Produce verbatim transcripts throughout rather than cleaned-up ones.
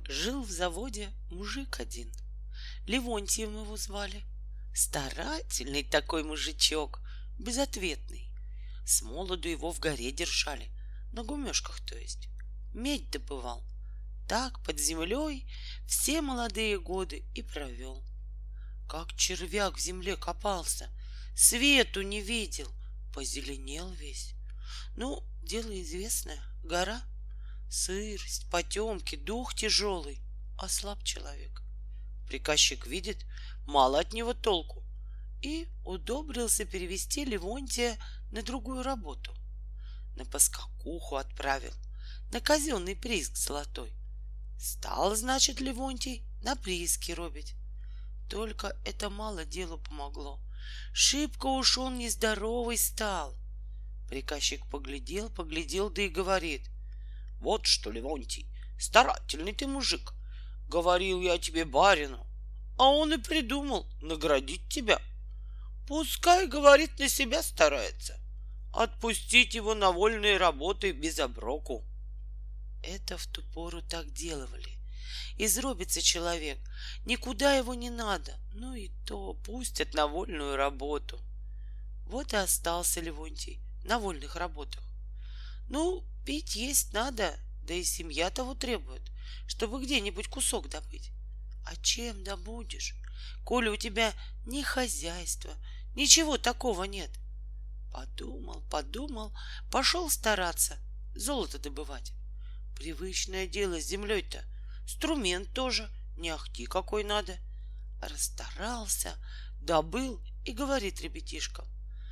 Жил в заводе мужик один. Левонтием его звали. Старательный такой мужичок, безответный. С молоду его в горе держали, на гумешках, то есть. Медь добывал. Так под землей все молодые годы и провел. Как червяк в земле копался, свету не видел, позеленел весь. Ну, дело известное, гора. Сырость, потемки, дух тяжелый, ослаб человек. Приказчик видит, мало от него толку, и удобрился перевести Левонтия на другую работу. На поскакуху отправил, на казенный прииск золотой. Стал, значит, Левонтий на прииске робить. Только это мало делу помогло. Шибко уж он нездоровый стал. Приказчик поглядел, поглядел, да и говорит: вот что, Левонтий, старательный ты мужик. Говорил я тебе барину, а он и придумал наградить тебя. Пускай, говорит, на себя старается. Отпустить его на вольные работы без оброку. Это в ту пору так делали. Изробится человек, никуда его не надо, ну и то пустят на вольную работу. Вот и остался Левонтий на вольных работах. Ну, пить есть надо, да и семья того требует, чтобы где-нибудь кусок добыть. А чем добудешь, коли у тебя ни хозяйства, ничего такого нет? Подумал, подумал, пошел стараться золото добывать. Привычное дело с землей-то, инструмент тоже, не ахти какой надо. Расстарался, добыл и говорит ребятишкам: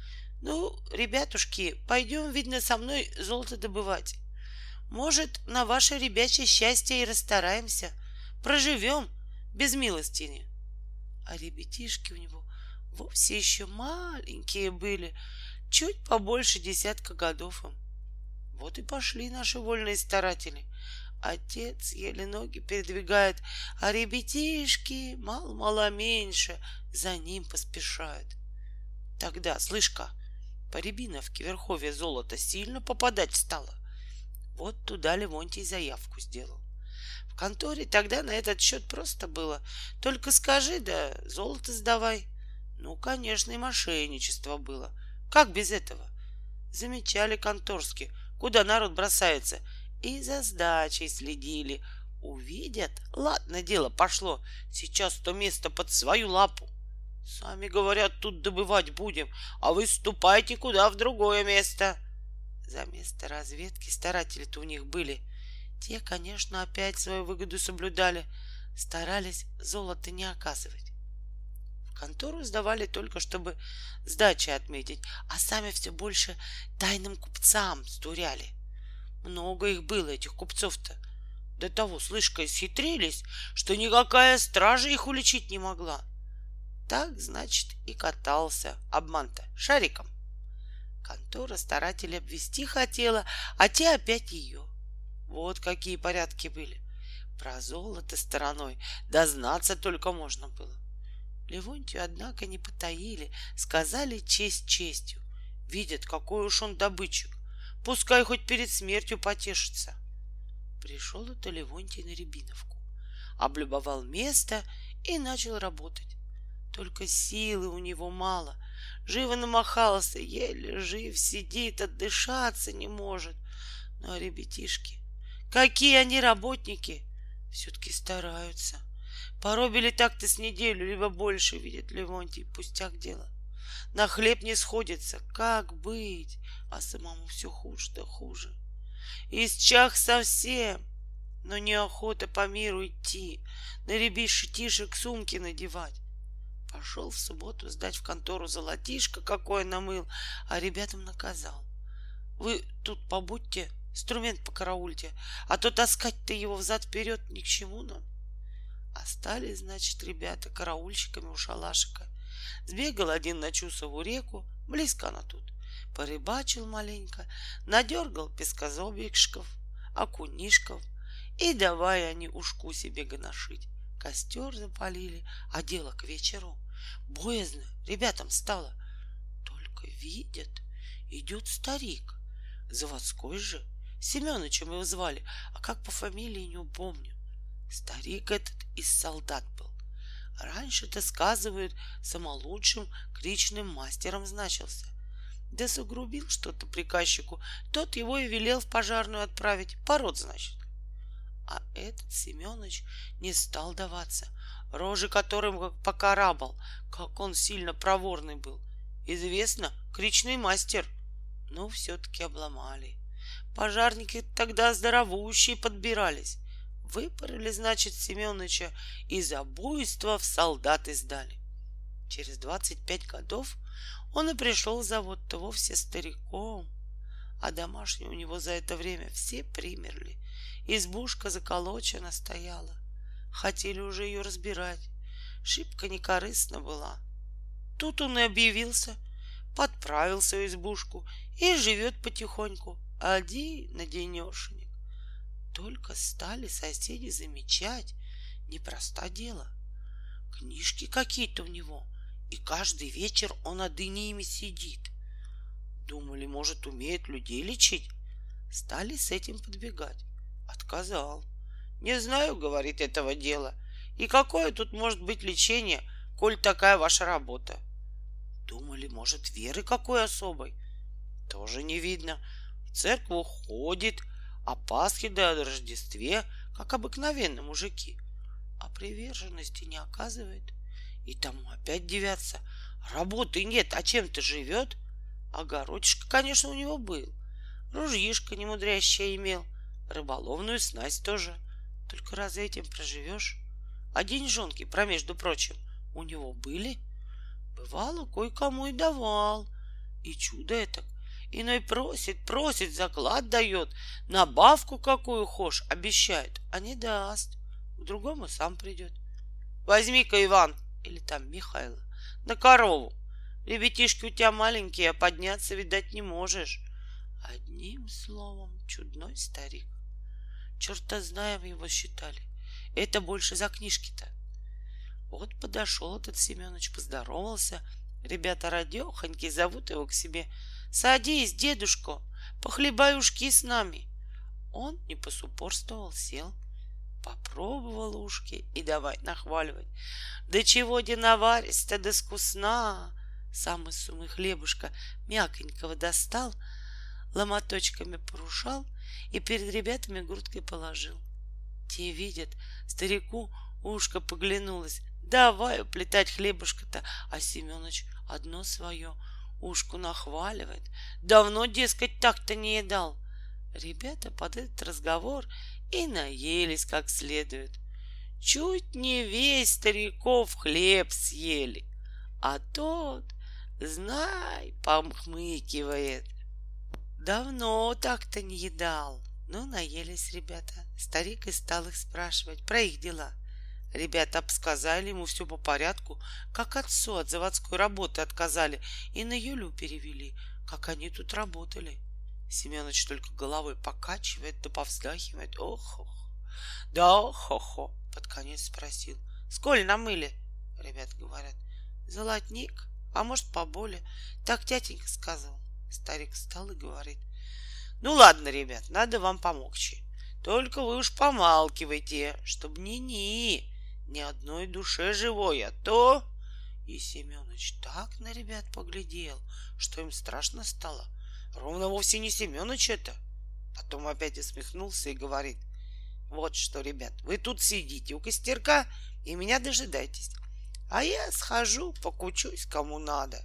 ну, ребятушки, пойдем, видно, со мной золото добывать. Может, на ваше ребячье счастье и расстараемся, проживем без милостини. А ребятишки у него вовсе еще маленькие были, чуть побольше десятка годов им. Вот и пошли наши вольные старатели. Отец еле ноги передвигает, а ребятишки мало-мало меньше за ним поспешают. Тогда, слышь-ка, по Рябиновке верховье золото сильно попадать стало. Вот туда Левонтий заявку сделал. В конторе тогда на этот счет просто было: только скажи, да золото сдавай. Ну, конечно, и мошенничество было. Как без этого? Замечали конторские, куда народ бросается, и за сдачей следили. Увидят, ладно, дело пошло, сейчас то место под свою лапу. Сами, говорят, тут добывать будем, а вы ступайте куда в другое место. За место разведки старатели-то у них были. Те, конечно, опять свою выгоду соблюдали, старались золото не оказывать. В контору сдавали только, чтобы сдачи отметить, а сами все больше тайным купцам стуряли. Много их было, этих купцов-то. До того, слышь-ка, исхитрились, что никакая стража их уличить не могла. Так, значит, и катался обман-то шариком. Контора старателей обвести хотела, а те опять ее. Вот какие порядки были. Про золото стороной дознаться только можно было. Левонтию, однако, не потаили, сказали честь честью. Видят, какой уж он добытчик. Пускай хоть перед смертью потешится. Пришел это Левонтий на Рябиновку, облюбовал место и начал работать. Только силы у него мало. Живо намахался, еле жив сидит, отдышаться не может. Ну, а ребятишки, какие они работники, все-таки стараются. Поробили так-то с неделю, либо больше, видит Левонтий, пустяк дело. На хлеб не сходится, как быть? А самому все хуже да хуже. Исчах совсем, но неохота по миру идти, на ребятишек сумки надевать. Пошел в субботу сдать в контору золотишко, какое намыл, а ребятам наказал: вы тут побудьте, инструмент покараульте, а то таскать-то его взад-вперед ни к чему нам. Остались, значит, ребята караульщиками у шалашика. Сбегал один на Чусову реку, близко она тут, порыбачил маленько, надергал пескозобикшков, окунишков, и давай они ушку себе гоношить. Костер запалили, а дело к вечеру. Боязно ребятам стало. Только видят, идет старик, заводской же, Семенычем его звали, а как по фамилии не упомню. Старик этот из солдат был. Раньше-то, сказывают, самолучшим кричным мастером значился. Да загрубил что-то приказчику, тот его и велел в пожарную отправить, пород, значит. А этот Семеныч не стал даваться, рожи которым как покарабал, как он сильно проворный был. Известно, кричный мастер. Ну, все-таки обломали. Пожарники тогда здоровущие подбирались. Выпороли, значит, Семеныча и за буйство в солдаты сдали. Через двадцать пять годов он и пришел в завод-то вовсе стариком. А домашние у него за это время все примерли. Избушка заколочена стояла. Хотели уже ее разбирать. Шибко некорыстна была. Тут он и объявился, подправил свою избушку и живет потихоньку, один-одинешенек. Только стали соседи замечать, непросто дело. Книжки какие-то у него, и каждый вечер он над ими сидит. Думали, может, умеет людей лечить. Стали с этим подбегать. Отказал. Не знаю, говорит, этого дела. И какое тут может быть лечение, коль такая ваша работа? Думали, может, веры какой особой. Тоже не видно. В церковь ходит, а Пасхе да Рождестве, как обыкновенные мужики. А приверженности не оказывает. И тому опять девятся. Работы нет, а чем-то живет. Огородишко, конечно, у него был. Ружьишко немудрящее имел. Рыболовную снасть тоже. Только разве этим проживешь? А деньжонки, промежду прочим, у него были. Бывало, кое-кому и давал. И чудо это. Иной просит, просит, заклад дает, набавку какую хошь обещает, а не даст. К другому сам придет. Возьми-ка, Иван, или там Михайло, на корову. Ребятишки у тебя маленькие, а подняться, видать, не можешь. Одним словом, чудной старик. Черта знаем его считали. Это больше за книжки-то. Вот подошел этот Семеныч, поздоровался. Ребята радехоньки зовут его к себе. Садись, дедушка, похлебай ушки с нами. Он не посупорствовал, сел. Попробовал ушки и давай нахваливать. Да чего де наваристо, да скусна. Сам из сумы хлебушка мяконького достал, ломоточками порушал и перед ребятами грудкой положил. Те видят, старику ушко поглянулось. Давай уплетать хлебушка-то, а Семеныч одно свое ушку нахваливает. Давно, дескать, так-то не едал. Ребята под этот разговор и наелись как следует. Чуть не весь стариков хлеб съели, а тот, знай, помхмыкивает. Давно так-то не едал. Ну, наелись ребята. Старик и стал их спрашивать про их дела. Ребята обсказали ему все по порядку, как отцу от заводской работы отказали и на Юлю перевели, как они тут работали. Семеныч только головой покачивает да повздахивает. Ох-ох, да ох-охо. Под конец спросил: сколь намыли? Ребята говорят: золотник, а может поболее. Так тятенька сказал. Старик встал и говорит: ну ладно, ребят, надо вам помогче. Только вы уж помалкивайте, чтоб ни-ни, ни одной душе живой, а то... И Семеныч так на ребят поглядел, что им страшно стало. Ровно вовсе не Семеныч это. Потом опять усмехнулся и говорит: вот что, ребят, вы тут сидите у костерка и меня дожидайтесь, а я схожу, покучусь кому надо.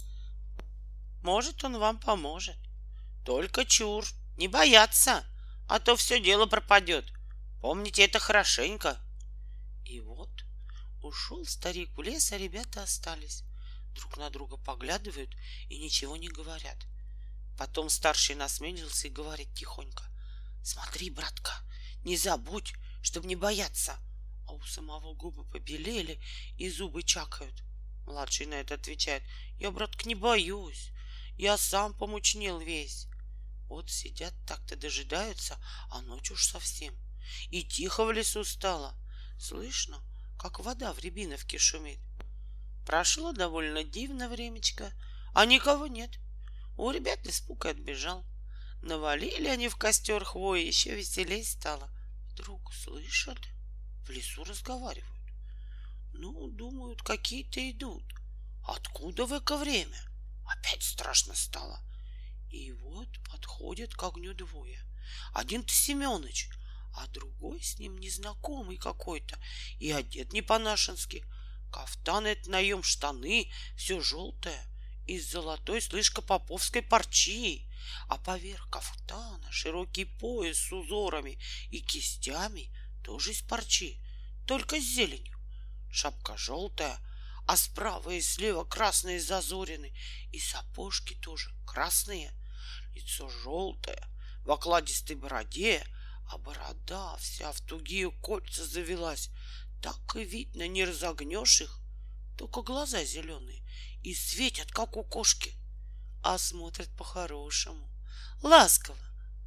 Может, он вам поможет. Только чур, не бояться, а то все дело пропадет. Помните это хорошенько. И вот ушел старик в лес, а ребята остались. Друг на друга поглядывают и ничего не говорят. Потом старший насмелился и говорит тихонько: смотри, братка, не забудь, чтоб не бояться. А у самого губы побелели и зубы чакают. Младший на это отвечает: я, братка, не боюсь, я сам помучнел весь. Вот сидят так-то дожидаются, а ночь уж совсем. И тихо в лесу стало. Слышно, как вода в рябиновке шумит. Прошло довольно дивно времечко, а никого нет. У ребят испуг и отбежал. Навалили они в костер хвои, еще веселей стало. Вдруг слышат, В лесу разговаривают. Ну, думают, какие-то идут. Откуда в это время? Опять страшно стало. И вот подходят к огню двое. Один-то Семеныч, а другой с ним незнакомый какой-то. И одет не по-нашенски. Кафтан это наем, штаны, все желтое. Из золотой слышка поповской парчи. А поверх кафтана широкий пояс с узорами и кистями тоже из парчи, только с зеленью. Шапка желтая, а справа и слева красные зазорены, и сапожки тоже красные. Лицо желтое, в окладистой бороде, а борода вся в тугие кольца завелась. Так и видно, не разогнешь их, только глаза зеленые и светят, как у кошки, а смотрят по-хорошему, ласково.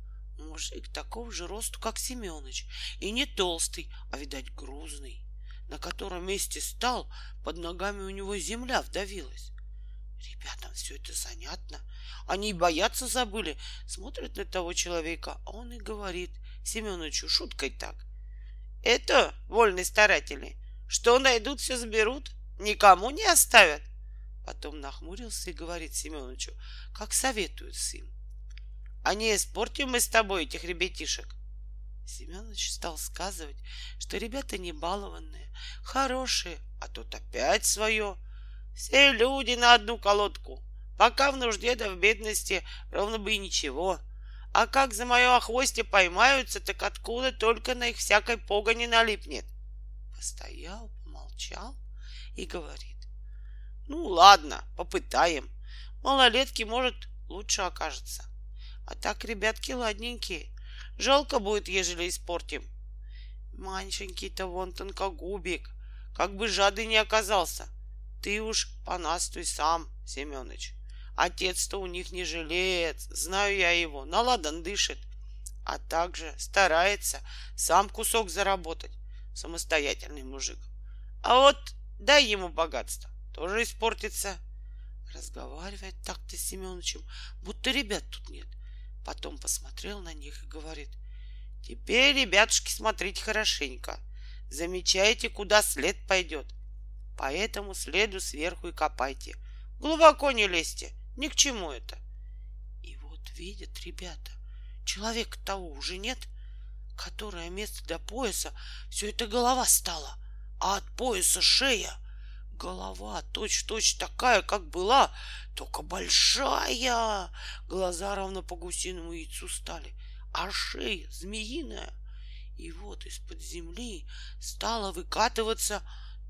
Мужик такого же росту, как Семеныч, и не толстый, а, видать, грузный, на котором месте стал, под ногами у него земля вдавилась. Ребятам все это занятно. Они и бояться забыли. Смотрят на того человека, а он и говорит Семеновичу шуткой так: это вольные старатели, что найдут, все заберут, никому не оставят. Потом нахмурился и говорит Семеновичу, как советует сын: а не испортим мы с тобой этих ребятишек. Семенович стал сказывать, что ребята не балованные, хорошие, а тут опять свое. Все люди на одну колодку. Пока в нужде да в бедности ровно бы и ничего. А как за мое охвостье поймаются, так откуда только на их всякой погони налипнет. Постоял, помолчал и говорит: ну ладно, попытаем. Малолетки, может, лучше окажется. А так ребятки ладненькие. Жалко будет, ежели испортим. Маньшенький-то вон тонкогубик, как бы жады не оказался. Ты уж понастуй сам, Семеныч. Отец-то у них не жилец, знаю я его, наладан дышит. А также старается сам кусок заработать. Самостоятельный мужик. А вот дай ему богатство, тоже испортится. Разговаривает так-то с Семеновичем, будто ребят тут нет. Потом посмотрел на них и говорит: теперь, ребятушки, смотрите хорошенько. Замечаете, куда след пойдет. По этому следу сверху и копайте. Глубоко не лезьте, ни к чему это. И вот видят ребята, человека того уже нет, которое место до пояса все это голова стала, а от пояса шея. Голова точь-в-точь такая, как была, только большая. Глаза равно по гусиному яйцу стали, а шея змеиная. И вот из-под земли стало выкатываться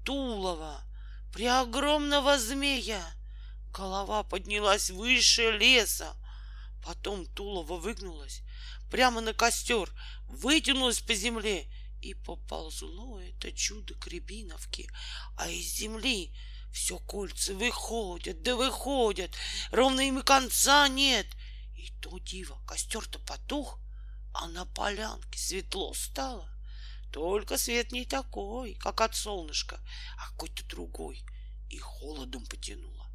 тулово преогромного змея. Голова поднялась выше леса. Потом тулово выгнулось прямо на костер, вытянулось по земле, и поползло это чудо к Рябиновке, а из земли все кольца выходят, да выходят, ровно им и конца нет. И то диво, костер-то потух, а на полянке светло стало. Только свет не такой, как от солнышка, а какой-то другой, и холодом потянуло.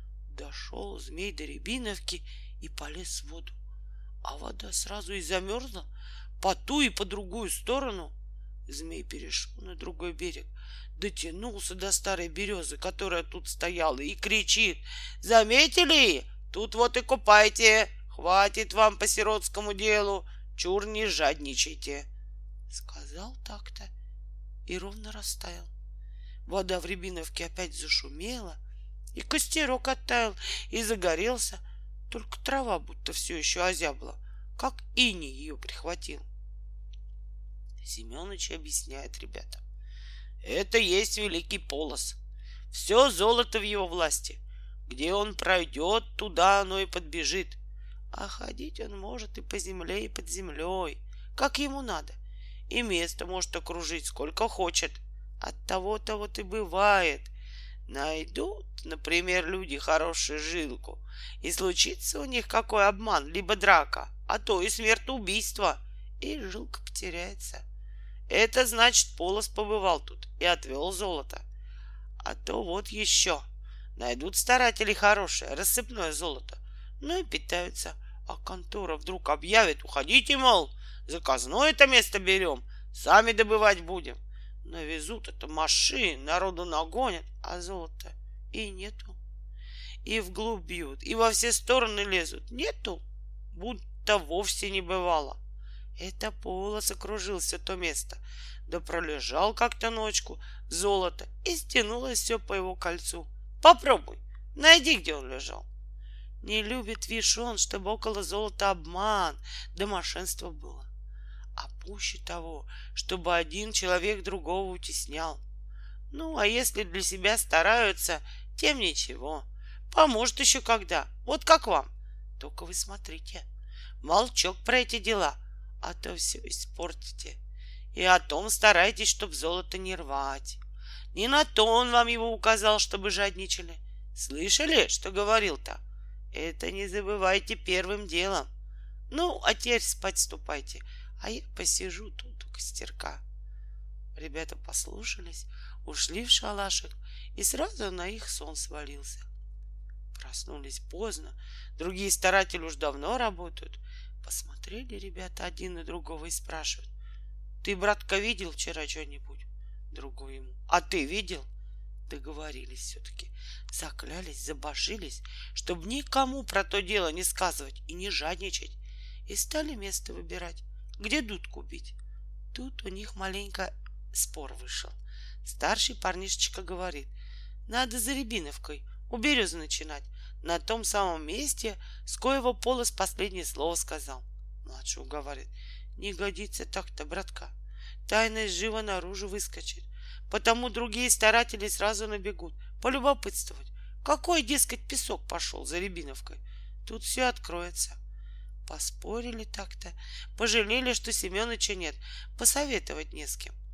Дошел змей до Рябиновки и полез в воду, а вода сразу и замерзла по ту и по другую сторону. Змей перешел на другой берег, дотянулся до старой березы, которая тут стояла, и кричит: заметили? Тут вот и купайте, хватит вам по сиротскому делу, чур не жадничайте. Сказал так-то и ровно растаял. Вода в Рябиновке опять зашумела, и костерок оттаял и загорелся, только трава будто все еще озябла, как иней ее прихватил. Семеныч объясняет ребятам: это есть великий полос. Все золото в его власти. Где он пройдет, туда оно и подбежит. А ходить он может и по земле, и под землей, как ему надо. И место может окружить сколько хочет. От того-то вот и бывает. Найдут, например, люди хорошую жилку, и случится у них какой обман, либо драка, а то и смертоубийство, и жилка потеряется. Это значит, полос побывал тут и отвел золото. А то вот еще найдут старатели хорошее, рассыпное золото, ну и питаются. А контора вдруг объявит: уходите, мол, заказное это место берем, сами добывать будем. Навезут это машин, народу нагонят, а золота и нету. И вглубь бьют, и во все стороны лезут. Нету, будто вовсе не бывало. Это полос окружил все то место, да пролежал как-то ночку золото, и стянулось все по его кольцу. Попробуй, найди, где он лежал. Не любит, вишь, он, чтобы около золота обман, да мошенство было. А пуще того, чтобы один человек другого утеснял. Ну, а если для себя стараются, тем ничего. Поможет еще когда, вот как вам. Только вы смотрите, молчок про эти дела, а то все испортите. И о том старайтесь, чтоб золото не рвать. Не на то он вам его указал, чтобы жадничали. Слышали, что говорил-то? Это не забывайте первым делом. Ну, а теперь спать ступайте, а я посижу тут у костерка. Ребята послушались, ушли в шалашик, и сразу на их сон свалился. Проснулись поздно, другие старатели уж давно работают. Посмотрели ребята один на другого и спрашивают: ты, братка, видел вчера что-нибудь? Другой ему: а ты видел? Договорились все-таки, заклялись, забожились, чтобы никому про то дело не сказывать и не жадничать, и стали место выбирать, где дудку бить. Тут у них маленько спор вышел. Старший парнишечка говорит: надо за Рябиновкой у березы начинать, на том самом месте, с коего Полос последнее слово сказал. Младший уговаривает: не годится так-то, братка, тайность живо наружу выскочит, потому другие старатели сразу набегут полюбопытствовать, какой, дескать, песок пошел за Рябиновкой. Тут все откроется. Поспорили так-то, пожалели, что Семеныча нет, посоветовать не с кем.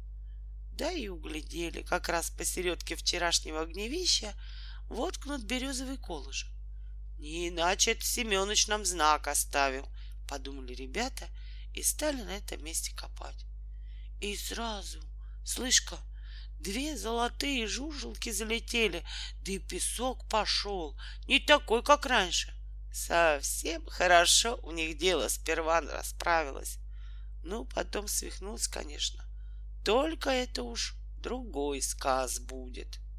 Да и углядели, как раз посередке вчерашнего огневища воткнут березовый колышек. Не иначе это Семеныч нам знак оставил, подумали ребята и стали на этом месте копать. И сразу, слышь-ка, две золотые жужелки залетели, да и песок пошел, не такой, как раньше. Совсем хорошо у них дело сперва расправилось. Ну, потом свихнулось, конечно. Только это уж другой сказ будет.